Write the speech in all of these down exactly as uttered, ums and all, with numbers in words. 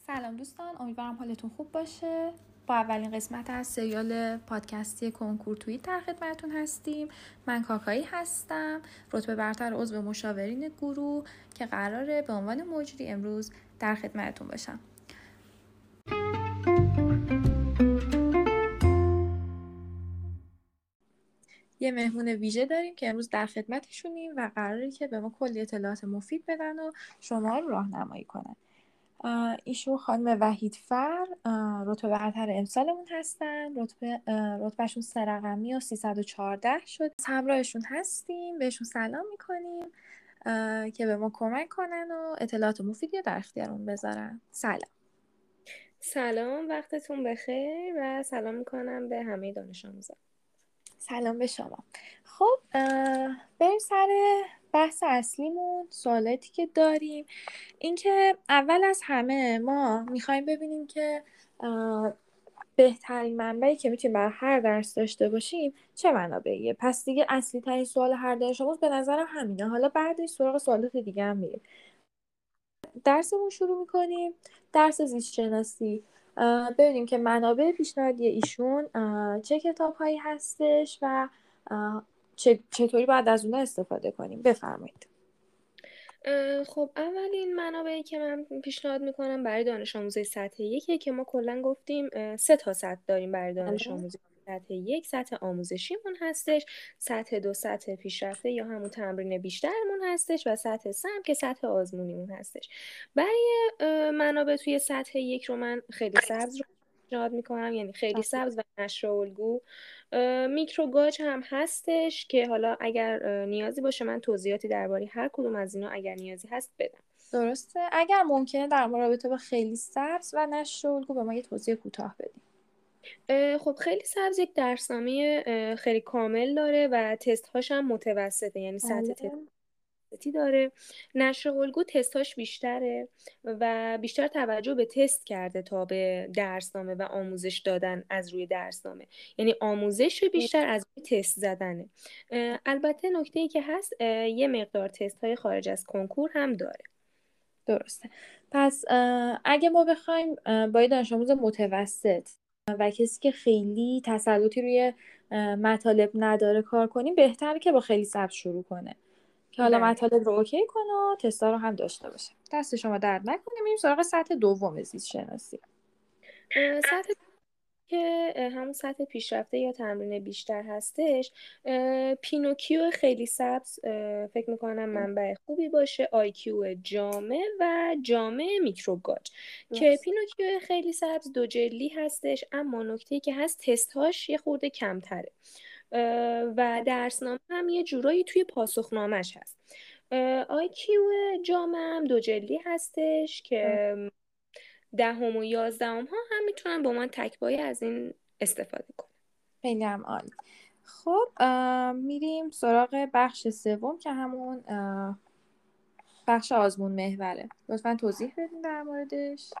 سلام دوستان، امیدوارم حالتون خوب باشه. با اولین قسمت از سریال پادکستی کنکور توییت در خدمتتون هستیم. من کاکایی هستم، رتبه برتر عضو مشاورین گروه که قراره به عنوان مجری امروز در خدمتتون باشم. یه مهمون ویژه داریم که امروز در خدمتشونیم و قراره که به ما کلی اطلاعات مفید بدن و شما رو راهنمایی کنن. ایشون خانم وحیدفر رتبه برتر امسالمون هستن. رتبه رتبهشون سه رقمی و سیصد و چهارده شد. همراهشون هستیم، بهشون سلام میکنیم که به ما کمک کنن و اطلاعات مفیدی در اختیارمون بذارن. سلام. سلام، وقتتون بخیر و سلام میکنم به همه دانش آموزان. سلام به شما. خب بریم سر بحث اصلیمون، سوالاتی که داریم. اینکه اول از همه ما میخوایم ببینیم که بهترین منبعی که میتونیم برای هر درس داشته باشیم چه منابعیه. پس دیگه اصلی ترین سوال هر دانش آموز به نظرم همینه. حالا بعدش سراغ سوالات دیگه هم میریم. درسمون شروع میکنیم. درس زیست شناسی. ببینیم که منابع پیشنهادی ایشون چه کتاب هایی هستش و چطوری باید از اونها استفاده کنیم. بفرمایید. خب اولین منابعی که من پیشنهاد میکنم برای دانش آموزای سطح یکه که ما کلا گفتیم سه تا سطح داریم برای دانش آموزای سطح یک. سطح آموزشیمون هستش، سطح دو سطح پیشرفته یا همون تمرین بیشترمون هستش و سطح سه هم که سطح آزمونیمون هستش. برای منابع توی سطح یک رو من خیلی سبز رو پیشنهاد میکنم، یعنی خیلی سبز و نشر و الگو. میکروگاج هم هستش که حالا اگر نیازی باشه من توضیحاتی درباره هر کدوم از اینا اگر نیازی هست بدم. درسته. اگر ممکنه در رابطه با خیلی سبز و نشر و الگو به ما یه توضیح کوتاه بدیم. خب خیلی سبز یک درسنامه خیلی کامل داره و تست هاش هم متوسطه، یعنی سطح تستی داره. نشر الگو تستاش بیشتره و بیشتر توجه به تست کرده تا به درسنامه و آموزش دادن از روی درسنامه، یعنی آموزش بیشتر از روی تست زدنه. البته نکته‌ای که هست یه مقدار تست های خارج از کنکور هم داره. درسته. پس اگه ما بخوایم با دانش آموز متوسط و کسی که خیلی تسلطی روی مطالب نداره کار کنیم، بهتره که با خیلی سبز شروع کنه که حالا مطالب رو اوکی کنه و تستا رو هم داشته باشه. دست شما درد نکنه. میریم سراغ سطح دوم زیست شناسی. سطح که همون سطح پیشرفته یا تمرین بیشتر هستش، پینوکیو خیلی سبز فکر میکنم منبع خوبی باشه، آیکیو جامع و جامع میکروگاج که پینوکیو خیلی سبز دو جلدی هستش، اما نکته‌ای که هست تستاش یه خورده کمتره و درسنامه هم یه جورایی توی پاسخنامه‌اش هست. آیکیو جامع هم دو جلدی هستش که دهم و یازدهم ها هم میتونن با من تکبایی از این استفاده کنم. خیلی هم عالی. خب میریم سراغ بخش سوم که همون بخش آزمون محوره. لطفا توضیح بدین در موردش.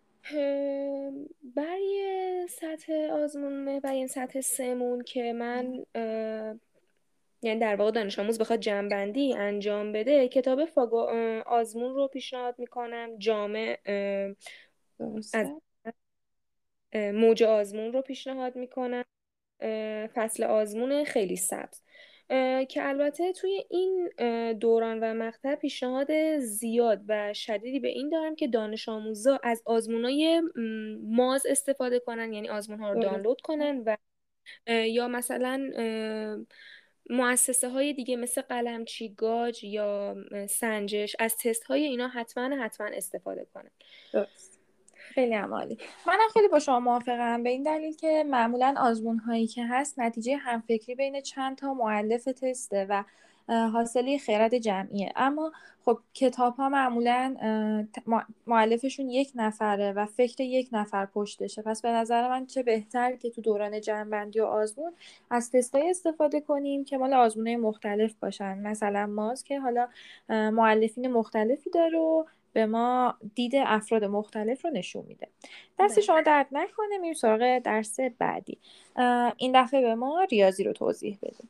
برای سطح آزمون محور، این سطح سمون که من یعنی در واقع دانش آموز بخواد جمع‌بندی انجام بده، کتاب فاگو آزمون رو پیشنهاد میکنم. جامع از موج آزمون رو پیشنهاد میکنم. فصل آزمون خیلی سبز که البته توی این دوران و مقطع پیشنهاد زیاد و شدیدی به این دارم که دانش آموزا از آزمونای ماز استفاده کنن، یعنی آزمون ها رو دانلود کنن و یا مثلا مؤسسه های دیگه مثل قلمچی، گاج یا سنجش از تست های اینا حتما حتما استفاده کنن. درست. خیلی عالی. منم خیلی با شما موافقم به این دلیل که معمولا آزمون هایی که هست نتیجه همفکری بین چند تا مؤلف تسته و حاصله خرد جمعیه. اما خب کتاب ها معمولا مؤلفشون یک نفره و فکر یک نفر پشتشه. پس به نظر من چه بهتر که تو دوران جمع‌بندی و آزمون از تستای استفاده کنیم که مال آزمونای مختلف باشن. مثلا ماز که حالا مؤلفین مختلفی داره و به ما دید افراد مختلف رو نشون میده. دست شما درد نکنه. میریم سراغ درس بعدی. این دفعه به ما ریاضی رو توضیح بدید.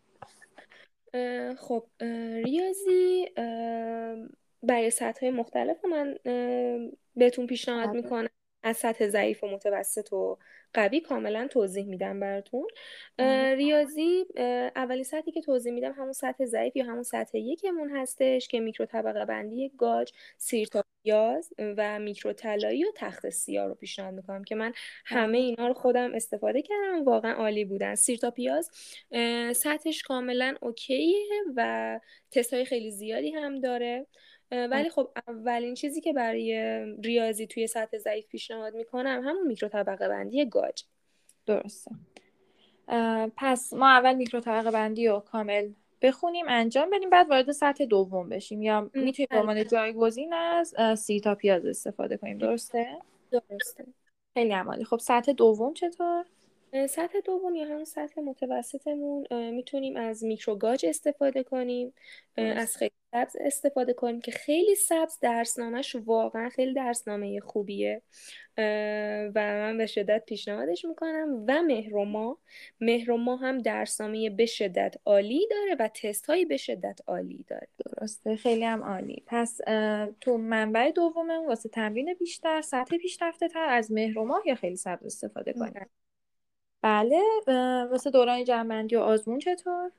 خب ریاضی برای سطح‌های مختلف من بهتون پیشنهاد بله. میکنم. از سطح ضعیف و متوسط و قوی کاملا توضیح میدم براتون. بله. ریاضی اولین سطحی که توضیح میدم همون سطح ضعیف یا همون سطح یکمون هستش که میکرو طبقه بندی گاج، سیر تا پیاز و میکرو طلایی و تخت سیاه رو پیشنهاد میکنم که من همه بله. اینا رو خودم استفاده کردم، واقعا عالی بودن. سیر تا پیاز سطحش کاملا اوکیه و تست های خیلی زیادی هم داره. بله. ولی خب اولین چیزی که برای ریاضی توی سطح ضعیف پیشنهاد میکنم همون میکرو طبقه بندی گاج. درسته. پس ما اول میکرو طبقه بندی رو کامل بخونیم انجام بدیم، بعد وارد سطح دوم بشیم، یا م، میتونیم به بله عنوان جایگزین از سی تا پیاز استفاده کنیم. درسته؟ درسته. خیلی عمالی. خب سطح دوم چطور؟ سطح دوم یا همون سطح متوسطمون میتونیم از میکروگاج استفاده کنیم، درست. از خیلی سبز استفاده کنیم که خیلی سبز درسنامهش واقعا خیلی درسنامه خوبیه و من به شدت پیشنهادش میکنم. و مهرما مهرما هم درسنامه به شدت عالی داره و تست هایی به شدت عالی داره. درسته. خیلی هم عالی. پس تو منبع دوممون واسه تمرین بیشتر، سطح پیشرفته تر، از مهر و ماه یا خیلی سبز استفاده کنیم. بله. واسه دوران جمع‌بندی و آزمون چطور؟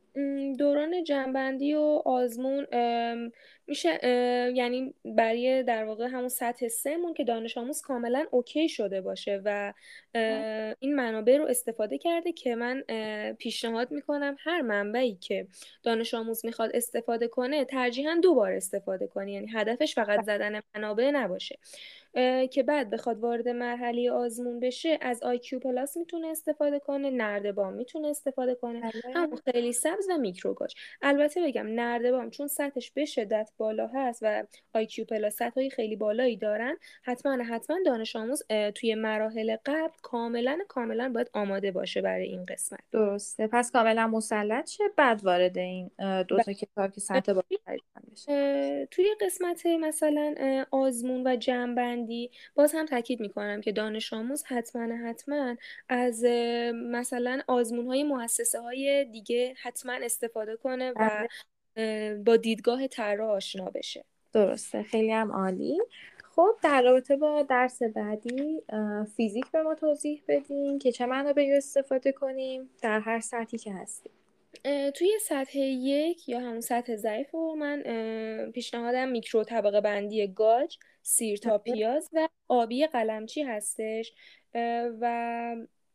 م، دوران جنبندی و آزمون ام، میشه ام، یعنی برای در واقع همون سطح سهمون که دانش آموز کاملا اوکی شده باشه و اه، این منابع رو استفاده کرده که من اه، پیشنهاد میکنم هر منبعی که دانش آموز میخواد استفاده کنه ترجیحاً دو بار استفاده کنه، یعنی هدفش فقط زدن منابع نباشه. اه، که بعد بخواد وارد مرحله آزمون بشه از آی کیو پلاس میتونه استفاده کنه، نردبان میتونه استفاده کنه، همون بله. خیلی سبز و میکروگاج. البته بگم نردبان چون سطحش به شدت بالا هست و آی کیو پلاس سطحهای خیلی بالایی دارن، حتما حتما دانش آموز توی مراحل قبل کاملا کاملا باید آماده باشه برای این قسمت. درسته. پس کاملا مسلط شه، بعد وارد این دو تا کتاب که سطح بالاتری بشه. اه، توی قسمت مثلا اه، آزمون و جمع‌بندی باز هم تاکید میکنم که دانش آموز حتما حتما از اه، مثلا آزمون های مؤسسه های دیگه حتما استفاده کنه و بله. اه، با دیدگاه طراح آشنا بشه. درسته. خیلی هم عالی. خب در رابطه با درس بعدی فیزیک به ما توضیح بدین که چه منابعی استفاده کنیم در هر سطحی که هستیم. اه، توی سطح یک یا همون سطح ضعیف رو من اه، پیشنهادم میکرو طبقه بندی گاج، سیر تا پیاز و آبی قلمچی هستش. اه، و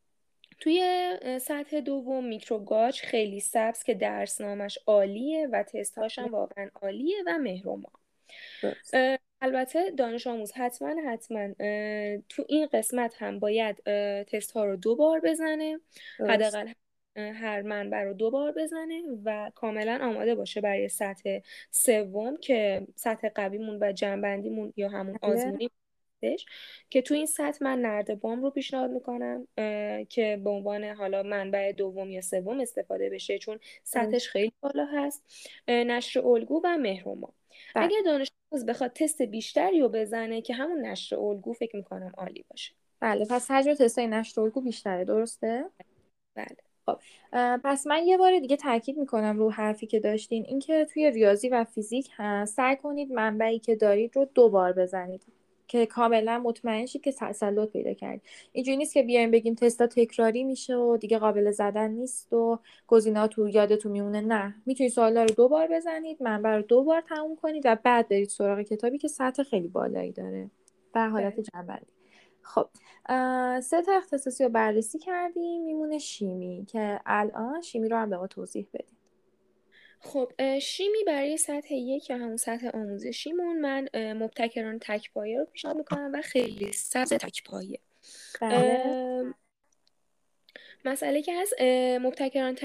توی اه، سطح دوم میکروگاج خیلی سبز که درسنامش عالیه و تستهاش هم واقعا عالیه و مهرما. درست. اه، البته دانش آموز حتما حتما اه، تو این قسمت هم باید اه، تست ها رو دو بار بزنه، درست. حداقل اه، هر منبع رو دو بار بزنه و کاملا آماده باشه برای سطح سوم که سطح قویمون و جنبندیمون یا همون بله. آزمونی هستش. که تو این سطح من نردبان رو پیشنهاد میکنم که به عنوان حالا منبع دوم یا سوم استفاده بشه چون سطحش خیلی بالا هست. اه، نشر الگو و مهرما. بله. اگه دانش آموز بخواد تست بیشتری رو بزنه که همون نشر الگو فکر میکنم عالی باشه. بله. پس حجم تستای نشر الگو بیشتره. درسته؟ بله. خب پس من یه بار دیگه تاکید میکنم رو حرفی که داشتین، اینکه توی ریاضی و فیزیک هست سعی کنید منبعی که دارید رو دو بار بزنید که کاملا مطمئن شید که تسلط پیدا کردید. اینجوری نیست که بیایم بگیم تستا تکراری میشه و دیگه قابل زدن نیست و گزینه‌ها تو یادتون میمونه. نه، میتونید سوالا رو دو بار بزنید، منبع رو دو بار تموم کنید و بعد برید سراغ کتابی که سطح خیلی بالایی داره در حالت بله. جنبندی. خب سه تا اختصاصی رو بررسی کردیم، میمونه شیمی که الان شیمی رو هم به ما توضیح بدیم. خب اه، شیمی برای سطح یک یا همون سطح آموزشیمون من اه، مبتکران تکپایه رو پیشنهاد میکنم و خیلی سبز تکپایه. بله. اه، مسئله که هست اه، مبتکران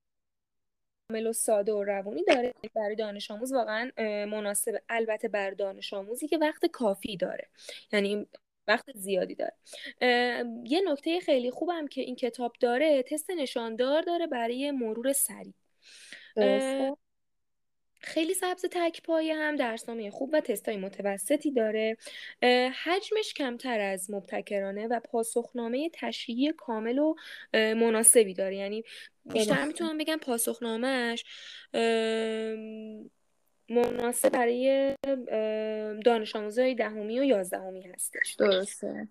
کامل و ساده و روونی داره برای دانش آموز واقعا اه، مناسبه، البته بر دانش آموزی که وقت کافی داره، یعنی وقت زیادی داره. اه، یه نکته خیلی خوبم که این کتاب داره تست نشاندار داره برای مرور سریع. اه، درسته. خیلی سبز تک پایه هم درسنامه خوب و تستای متوسطی داره. اه، حجمش کمتر از مبتکرانه و پاسخنامه تشریحی کامل و اه، مناسبی داره، یعنی بیشتر درسته. میتونم بگم پاسخنامهش مناسب برای دانش آموزای دهمی و یازدهمی هستش. درسته.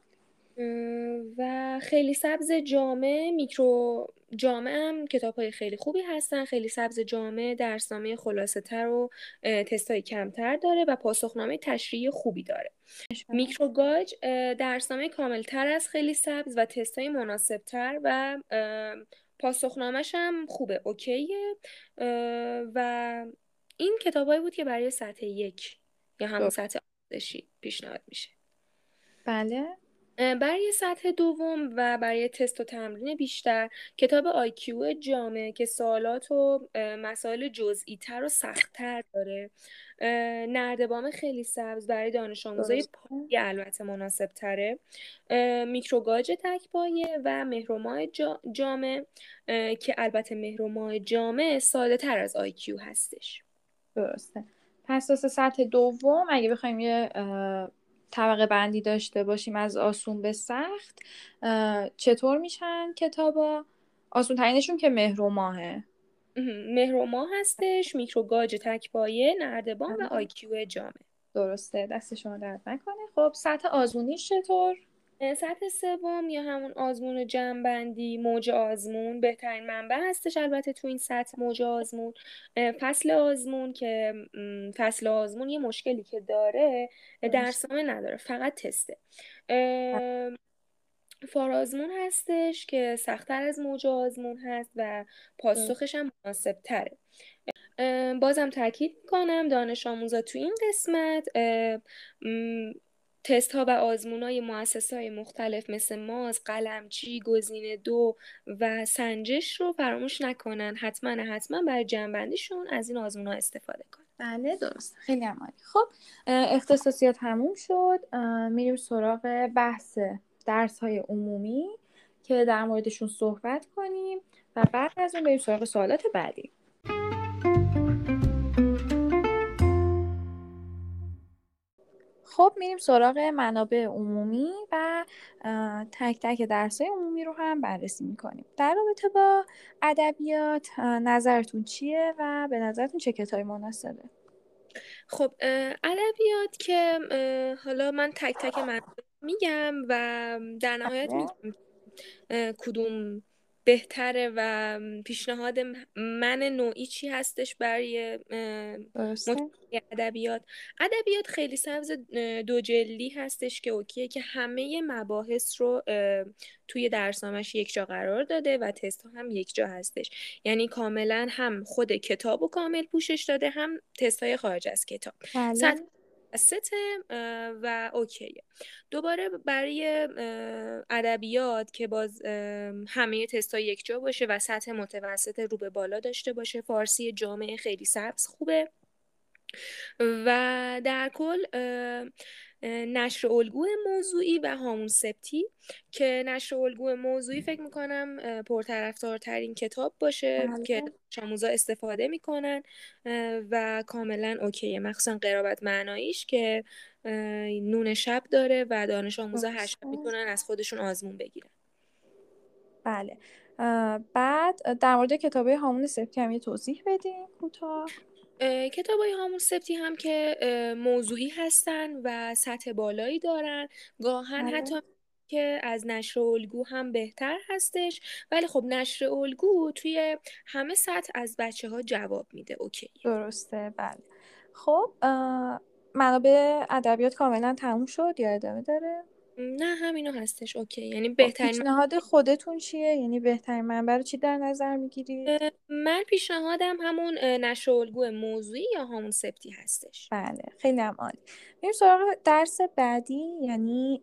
و خیلی سبز جامع میکرو جامع هم کتاب های خیلی خوبی هستن. خیلی سبز جامع درسنامه خلاصه تر و تست های کمتر داره و پاسخنامه تشریحی خوبی داره. میکروگاج درسنامه کامل تر از خیلی سبز و تست های مناسب تر و پاسخنامهش هم خوبه، اوکیه. و این کتابایی بود که برای سطح یک یا همون سطح آموزشی پیشنهاد میشه. بله. برای سطح دوم و برای تست و تمرین بیشتر کتاب آی کیو جامع که سوالات و مسائل جزئی تر و سخت تر داره. نردبان خیلی سبز برای دانش آموزای پایه البته مناسب تره. میکروگاج تک پایه و مهرماه جامع که البته مهرماه جامع ساده تر از آی کیو هستش. درسته. پس واسه سطح دوم اگه بخوایم یه طبقه بندی داشته باشیم از آسون به سخت، چطور میشن کتابا؟ آسون ترینشون که مهر و ماهه. مهر و ماه هستش، میکروگاج تک پایه، نردبان و آی کیو جامع. درسته، دست شما درد نکنه. خب سطح آزمونیش چطور؟ سطح سوم یا همون آزمون جمع‌بندی، موج آزمون بهترین منبع هستش البته تو این سطح موج آزمون. فصل آزمون که فصل آزمون یه مشکلی که داره درسنامه نداره، فقط تسته. فارآزمون هستش که سخت‌تر از موج آزمون هست و پاسخش هم مناسب تره. بازم تاکید میکنم دانش آموزا تو این قسمت تست ها و آزمون های مؤسسه های مختلف مثل ماز، قلمچی، گزینه دو و سنجش رو فراموش نکنن. حتما حتما برای جمع‌بندیشون از این آزمون ها استفاده کنن. بله درست، خیلی عالی. خب اختصاصیات تموم شد، میریم سراغ بحث درس های عمومی که در موردشون صحبت کنیم و بعد از اون بریم سراغ سوالات بعدی. خب میریم سراغ منابع عمومی و تک تک درس‌های عمومی رو هم بررسی میکنیم. در رابطه با ادبیات نظرتون چیه و به نظرتون چه کتابی مناسبه؟ خب ادبیات که حالا من تک تک منابع میگم و در نهایت میگم کدوم بهتره و پیشنهاد من نوعی چی هستش برای مطالعه ادبیات. ادبیات خیلی سبز دو جلدی هستش که اوکیه که همه مباحث رو توی درسنامه‌اش یک جا قرار داده و تست ها هم یک جا هستش، یعنی کاملا هم خود کتاب رو کامل پوشش داده هم تست های خارج از کتاب. سطح ست و اوکیه. دوباره برای ادبیات که باز همه تست‌ها یک جا باشه و سطح متوسط رو به بالا داشته باشه، فارسی جامع خیلی سبز خوبه. و در کل نشر الگو موضوعی و هامون سبتی که نشر الگو موضوعی فکر میکنم پرطرفدارترین کتاب باشه بله. که آموزا استفاده میکنن و کاملا اوکیه، مخصوصا قرابت معناییش که نون شب داره و دانش آموزا هر شب میتونن از خودشون آزمون بگیرن. بله. بعد در مورد کتابه هامون سبتی هم یه توضیح بدین کوتاه. کتاب های هامون سبتی هم که موضوعی هستن و سطح بالایی دارن، گاهن حتی که از نشر الگو هم بهتر هستش، ولی خب نشر الگو توی همه سطح از بچه ها جواب میده. اوکی درسته. بله. خب منابع ادبیات کاملا تموم شد یا ادامه داره؟ نه همینو هستش. اوکی، یعنی بهترین پیشنهاد خودتون چیه؟ یعنی بهترین منبع رو چی در نظر میگیرید؟ من پیشنهادم همون نشر الگو موضوعی یا همون سبتی هستش. بله خیلی هم عالی. میریم سراغ درس بعدی یعنی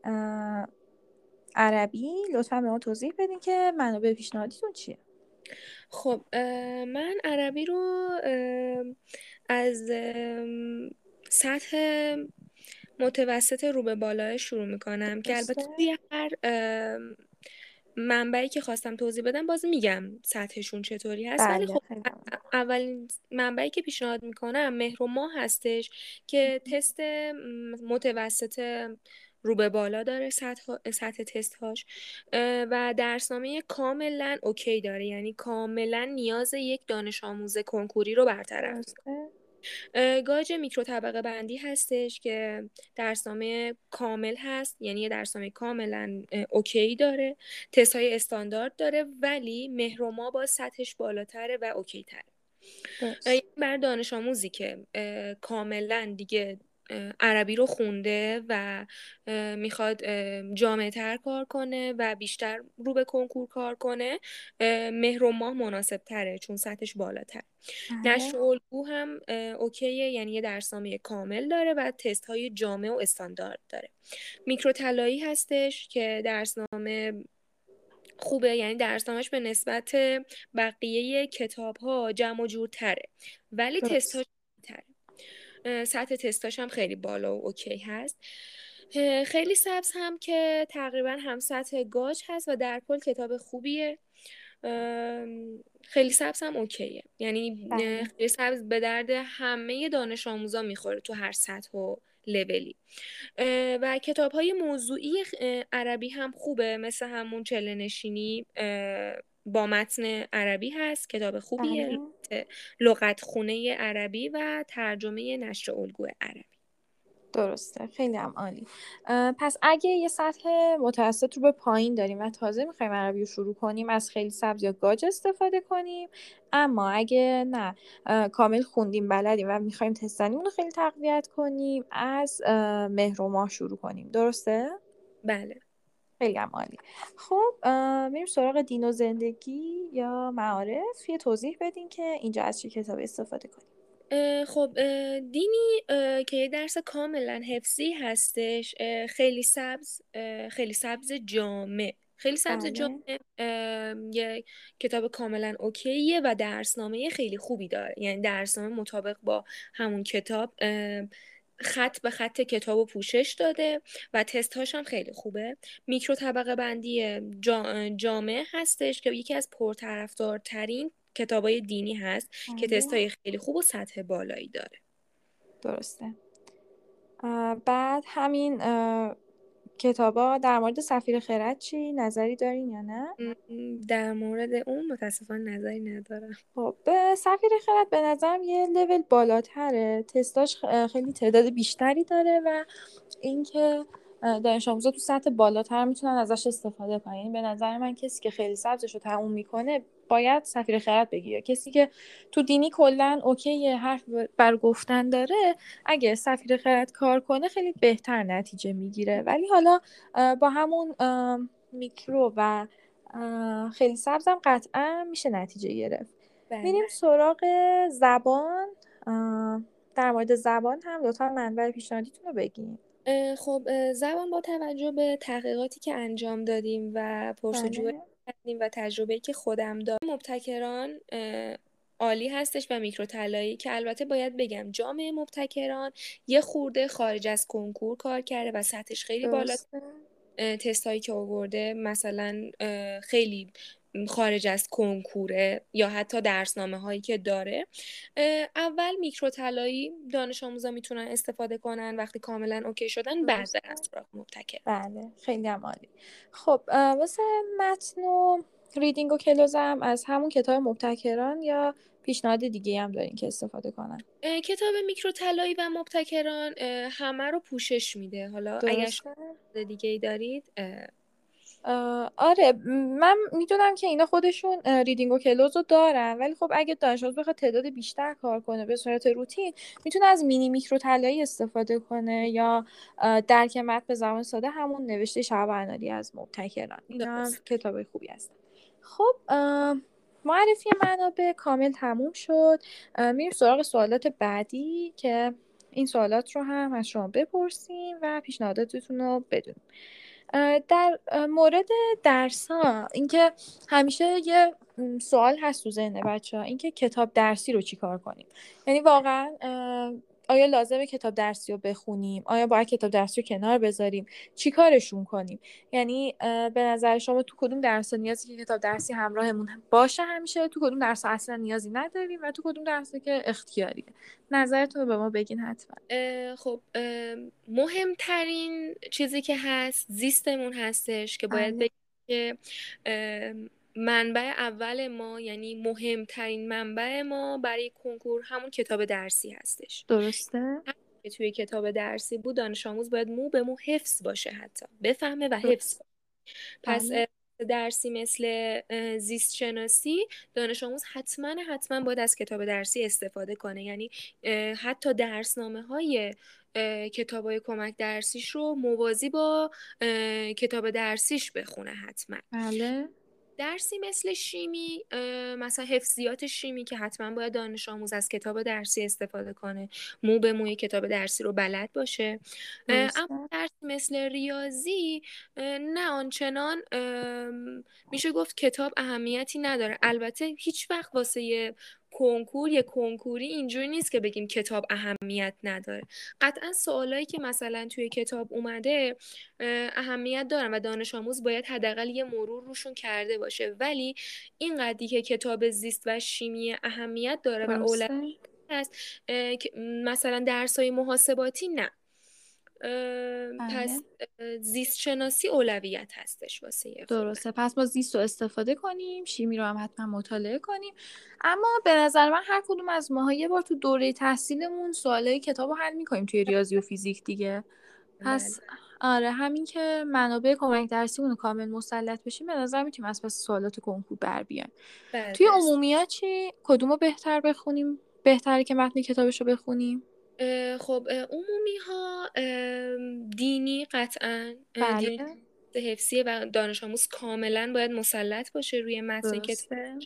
عربی. لطفا به ما توضیح بدین که منابع پیشنهادیتون چیه؟ خب من عربی رو از سطح متوسط رو به بالا شروع میکنم که البته توی هر منبعی که خواستم توضیح بدم باز میگم سطحشون چطوری هست. ولی خب اولین منبعی که پیشنهاد میکنم مهر و ماه هستش که تست متوسط رو به بالا داره سطح, سطح تست هاش و درسنامه کاملا اوکی داره، یعنی کاملا نیاز یک دانش آموز کنکوری رو برطرف میکنه. گاج میکرو طبقه بندی هستش که درسنامه کامل هست، یعنی یه درسنامه کاملا اوکی داره، تست های استاندارد داره، ولی مهرما با سطحش بالاتره و اوکی تره. یعنی درست. بر دانش آموزی که کاملا دیگه عربی رو خونده و میخواد جامع تر کار کنه و بیشتر رو به کنکور کار کنه، مهر و ماه مناسب تره چون سطحش بالاتر. بله. نشر و الگو هم اوکیه، یعنی یه درسنامه کامل داره و تست های جامع و استاندارد داره. میکرو طلایی هستش که درسنامه خوبه، یعنی درسنامهش به نسبت بقیه کتاب ها جمع و جور تره، ولی تستاش درست. تره. سطح تستاش هم خیلی بالا و اوکی هست. خیلی سبز هم که تقریبا هم سطح گاج هست و در کل کتاب خوبیه. خیلی سبز هم اوکیه، یعنی بله. خیلی سبز به درد همه دانش آموزا میخوره تو هر سطح و لولی. و کتاب های موضوعی عربی هم خوبه، مثل همون چله نشینی با متن عربی هست، کتاب خوبیه، بله. لغت خونه عربی و ترجمه نشر الگوی عربی. درسته، خیلی هم عالی. پس اگه یه سطح متوسط رو به پایین داریم و تازه میخوایم عربی رو شروع کنیم، از خیلی سبز یا گاج استفاده کنیم. اما اگه نه، کامل خوندیم بلدیم و میخوایم تستنیمون رو خیلی تقویت کنیم، از مهر و ماه شروع کنیم. درسته؟ بله. خیلی هم عالی. خب میریم سراغ دین و زندگی یا معارف. یه توضیح بدین که اینجا از چه کتابی استفاده کنیم. خب دینی که یه درس کاملا حفظی هستش، خیلی سبز، خیلی سبز جامع، خیلی سبز بله. جامع یه کتاب کاملا اوکیه و درسنامه خیلی خوبی داره، یعنی درسنامه مطابق با همون کتاب خط به خط کتاب و پوشش داده و تستاش هم خیلی خوبه. میکرو طبقه بندی جا جامع هستش که یکی از پرطرفدارترین کتابای دینی هست که بله. تستای خیلی خوب و سطح بالایی داره. درسته. بعد همین کتابا در مورد سفیر خرد چی نظری دارین یا نه؟ در مورد اون متاسفانه نظری ندارم. خب به سفیر خرد به نظرم یه لول بالاتره، تستاش خیلی تعداد بیشتری داره و اینکه دانش آموزا تو سطح بالاتر میتونن ازش استفاده کنن. یعنی به نظر من کسی که خیلی سبزش رو تموم میکنه باید سفیر خرد بگیره. کسی که تو دینی کلا اوکی حرف بر گفتن داره، اگه سفیر خرد کار کنه خیلی بهتر نتیجه میگیره. ولی حالا با همون میکرو و خیلی سبزم قطعا میشه نتیجه گرفت. بله. میریم سراغ زبان. در مورد زبان هم لطفا منبع پیشنهادیتون رو بگین. خب زبان با توجه به تحقیقاتی که انجام دادیم و پرسجوهایی بله. کردیم و تجربه‌ای که خودم دارم، مبتکران عالی هستش و میکرو طلایی که البته باید بگم جامعه مبتکران یه خورده خارج از کنکور کار کرده و سطحش خیلی بالا. درسته. تستایی که آورده مثلا خیلی خارج از کنکوره یا حتی درسنامه هایی که داره. اول میکرو طلایی دانش آموزا میتونن استفاده کنن، وقتی کاملا اوکی شدن بعد درسته. برن سراغ مبتکر. بله، خیلی هم عالی. خب واسه متن و ریدینگ و کلوزم از همون کتاب مبتکران یا پیشنهاد دیگه هم دارین که استفاده کنن؟ کتاب میکرو طلایی و مبتکران همه رو پوشش میده. حالا اگر درسته. شما دیگه ای دارید. آره، من میدونم که اینا خودشون ریدینگ و کلوز رو دارن، ولی خب اگه دانش آموز بخواد تعداد بیشتر کار کنه به صورت روتین، میتونه از مینی میکرو طلایی استفاده کنه یا درک متن به زبان ساده، همون نوشته شهاب عنالی از مبتکران. اینا هم درست. کتاب خوبی هستن. خب معرفی منابع کامل تموم شد. میریم سراغ سوالات بعدی که این سوالات رو هم از شما بپرسیم و پیشنهاداتتون رو بدونیم. در مورد درس‌ها، اینکه همیشه یه سوال هست تو ذهن بچه‌ها، اینکه کتاب درسی رو چیکار کنیم. یعنی واقعا آیا لازمه کتاب درسی رو بخونیم؟ آیا باید کتاب درسی رو کنار بذاریم؟ چیکارشون کنیم؟ یعنی به نظر شما تو کدوم درس‌ها نیازی که کتاب درسی همراهمون باشه همیشه، تو کدوم درس‌ها اصلا نیازی نداریم و تو کدوم درس‌ها که اختیاریه؟ نظرتون رو به ما بگین حتما. خب مهمترین چیزی که هست زیستمون هستش که باید بله. بگیم که منبع اول ما، یعنی مهمترین منبع ما برای کنکور همون کتاب درسی هستش. درسته. که توی کتاب درسی بود دانش آموز باید مو به مو حفظ باشه، حتی بفهمه و حفظ درست. کنه. پس بله. درسی مثل زیست شناسی دانش آموز حتما حتما باید از کتاب درسی استفاده کنه، یعنی حتی درسنامه های کتاب های کمک درسیش رو موازی با کتاب درسیش بخونه حتما. بله. درسی مثل شیمی، مثلا حفظیات شیمی که حتما باید دانش آموز از کتاب درسی استفاده کنه، مو به موی کتاب درسی رو بلد باشه. اما درسته. درسی مثل ریاضی نه آنچنان میشه گفت کتاب اهمیتی نداره. البته هیچ وقت واسه یه کنکور یه کنکوری اینجوری نیست که بگیم کتاب اهمیت نداره. قطعا سوالایی که مثلا توی کتاب اومده اهمیت دارن و دانش آموز باید حداقل یه مرور روشون کرده باشه، ولی این قدری که کتاب زیست و شیمی اهمیت داره و اولویت درسته. هست مثلا درسای محاسباتی نه. بله. پس زیست شناسی اولویت هستش واسه یه خوندن. درسته. پس ما زیست رو استفاده کنیم، شیمی رو هم حتما مطالعه کنیم. اما به نظر من هر کدوم از ماها یه بار تو دوره تحصیلمون سوالای کتاب رو حل می‌کنیم توی ریاضی و فیزیک دیگه. بله. پس آره، همین که منابع کمک درسیمون رو کامل مسلط بشیم به نظر میتونیم از پس سوالات کنکور بر بیایم. توی بله. عمومیات چی کدومو بهتر بخونیم؟ بهتره که متن کتابش رو بخونیم؟ خب عمومی ها دینی قطعا دینی بله. حفظیه و دانش آموز کاملا باید مسلط باشه روی متن کتاب. درسته.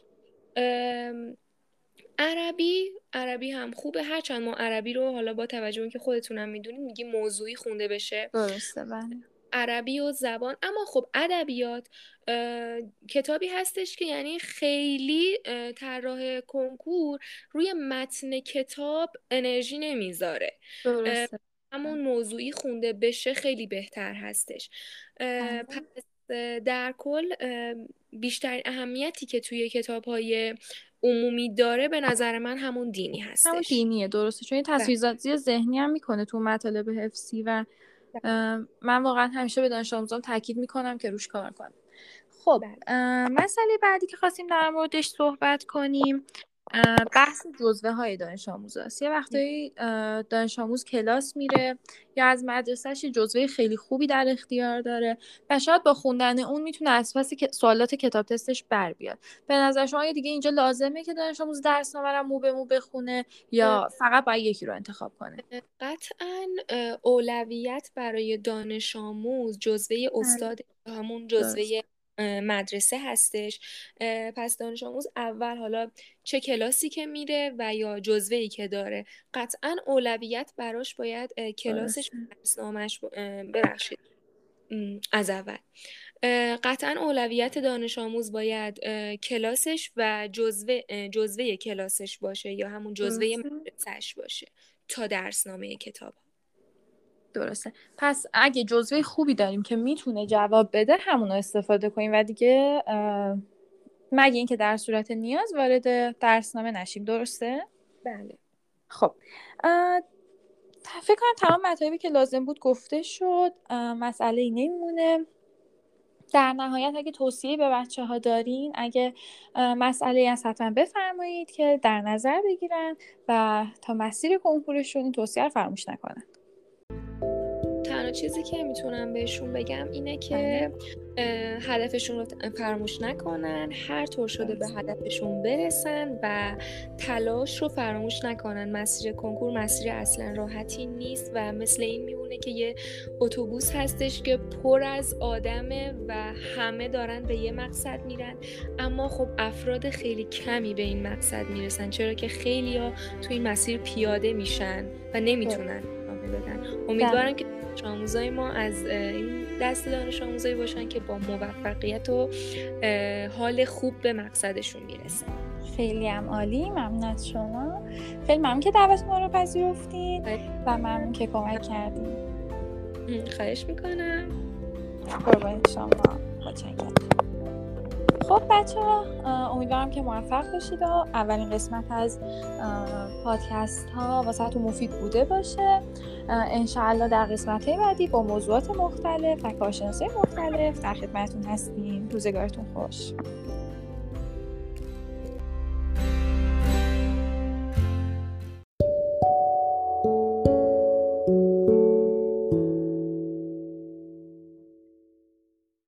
عربی عربی هم خوبه، هرچند ما عربی رو حالا با توجه به اینکه خودتونم میدونید میگیم موضوعی خونده بشه، درسته. بله. عربی و زبان. اما خب ادبیات کتابی هستش که یعنی خیلی طراح کنکور روی متن کتاب انرژی نمیذاره، درسته. همون موضوعی خونده بشه خیلی بهتر هستش. بله. پس در کل بیشتر اهمیتی که توی کتاب‌های عمومی داره به نظر من همون دینی همون هستش. دینیه. درسته، چون این تصویرسازی ذهنی هم میکنه تو مطالب حفظی و من واقعا همیشه به دانش آموزان تاکید میکنم که روش کار کنم. خب مسئله بعدی که خواستیم در موردش صحبت کنیم بحث جزوه های دانش آموز هست. یه وقتایی دانش آموز کلاس میره یا از مدرسهش جزوه خیلی خوبی در اختیار داره و شاید با خوندن اون میتونه از پس سوالات کتاب تستش بر بیاد. به نظر شما یا دیگه اینجا لازمه که دانش آموز درسنامه رو مو به مو بخونه یا فقط باید یکی رو انتخاب کنه؟ قطعا اولویت برای دانش آموز جزوه استاد، همون جزوه مدرسه هستش. پس دانش آموز اول حالا چه کلاسی که میره و یا جزوه‌ای که داره قطعا اولویت براش باید کلاسش درسنامه‌اش ببخشید از اول قطعا اولویت دانش آموز باید کلاسش و جزوه جزوه کلاسش باشه یا همون جزوه مدرسه‌اش باشه تا درسنامه کتاب. درسته. پس اگه جزوه خوبی داریم که میتونه جواب بده همون رو استفاده کنیم و دیگه مگه اینکه در صورت نیاز وارد درسنامه نشیم. درسته؟ بله. خب فکر کنم تمام مطالبی که لازم بود گفته شد. مسئله ای نمیمونه. در نهایت اگه توصیه به بچه ها دارین، اگه مسئله از حتما بفرمایید که در نظر بگیرن و تا مسیر کنکورشون این توصیه رو فراموش نکنن. تنها چیزی که میتونم بهشون بگم اینه که هدفشون رو فراموش نکنن، هر طور شده به هدفشون برسن و تلاش رو فراموش نکنن. مسیر کنکور مسیر اصلا راحتی نیست و مثل این میمونه که یه اتوبوس هستش که پر از آدمه و همه دارن به یه مقصد میرن، اما خب افراد خیلی کمی به این مقصد میرسن، چرا که خیلی‌ها توی این مسیر پیاده میشن و نمیتونن ادامه بدن. امیدوارم که دانش آموزای ما از این دست دانش آموزایی باشن که با موفقیت و حال خوب به مقصدشون میرسن. خیلی هم عالی. ممنون از شما. خیلی ممنون که دعوت ما رو پذیرفتین و ممنون که کمک کردین. خواهش میکنم. قربان شما. متشکرم. خب بچه ها امیدوارم که موفق باشید و اولین قسمت از پادکست ها واسه تو مفید بوده باشه. انشاءالله در قسمت های بعدی با موضوعات مختلف و کارشناسای مختلف در خدمتتون هستیم. روزگارتون خوش.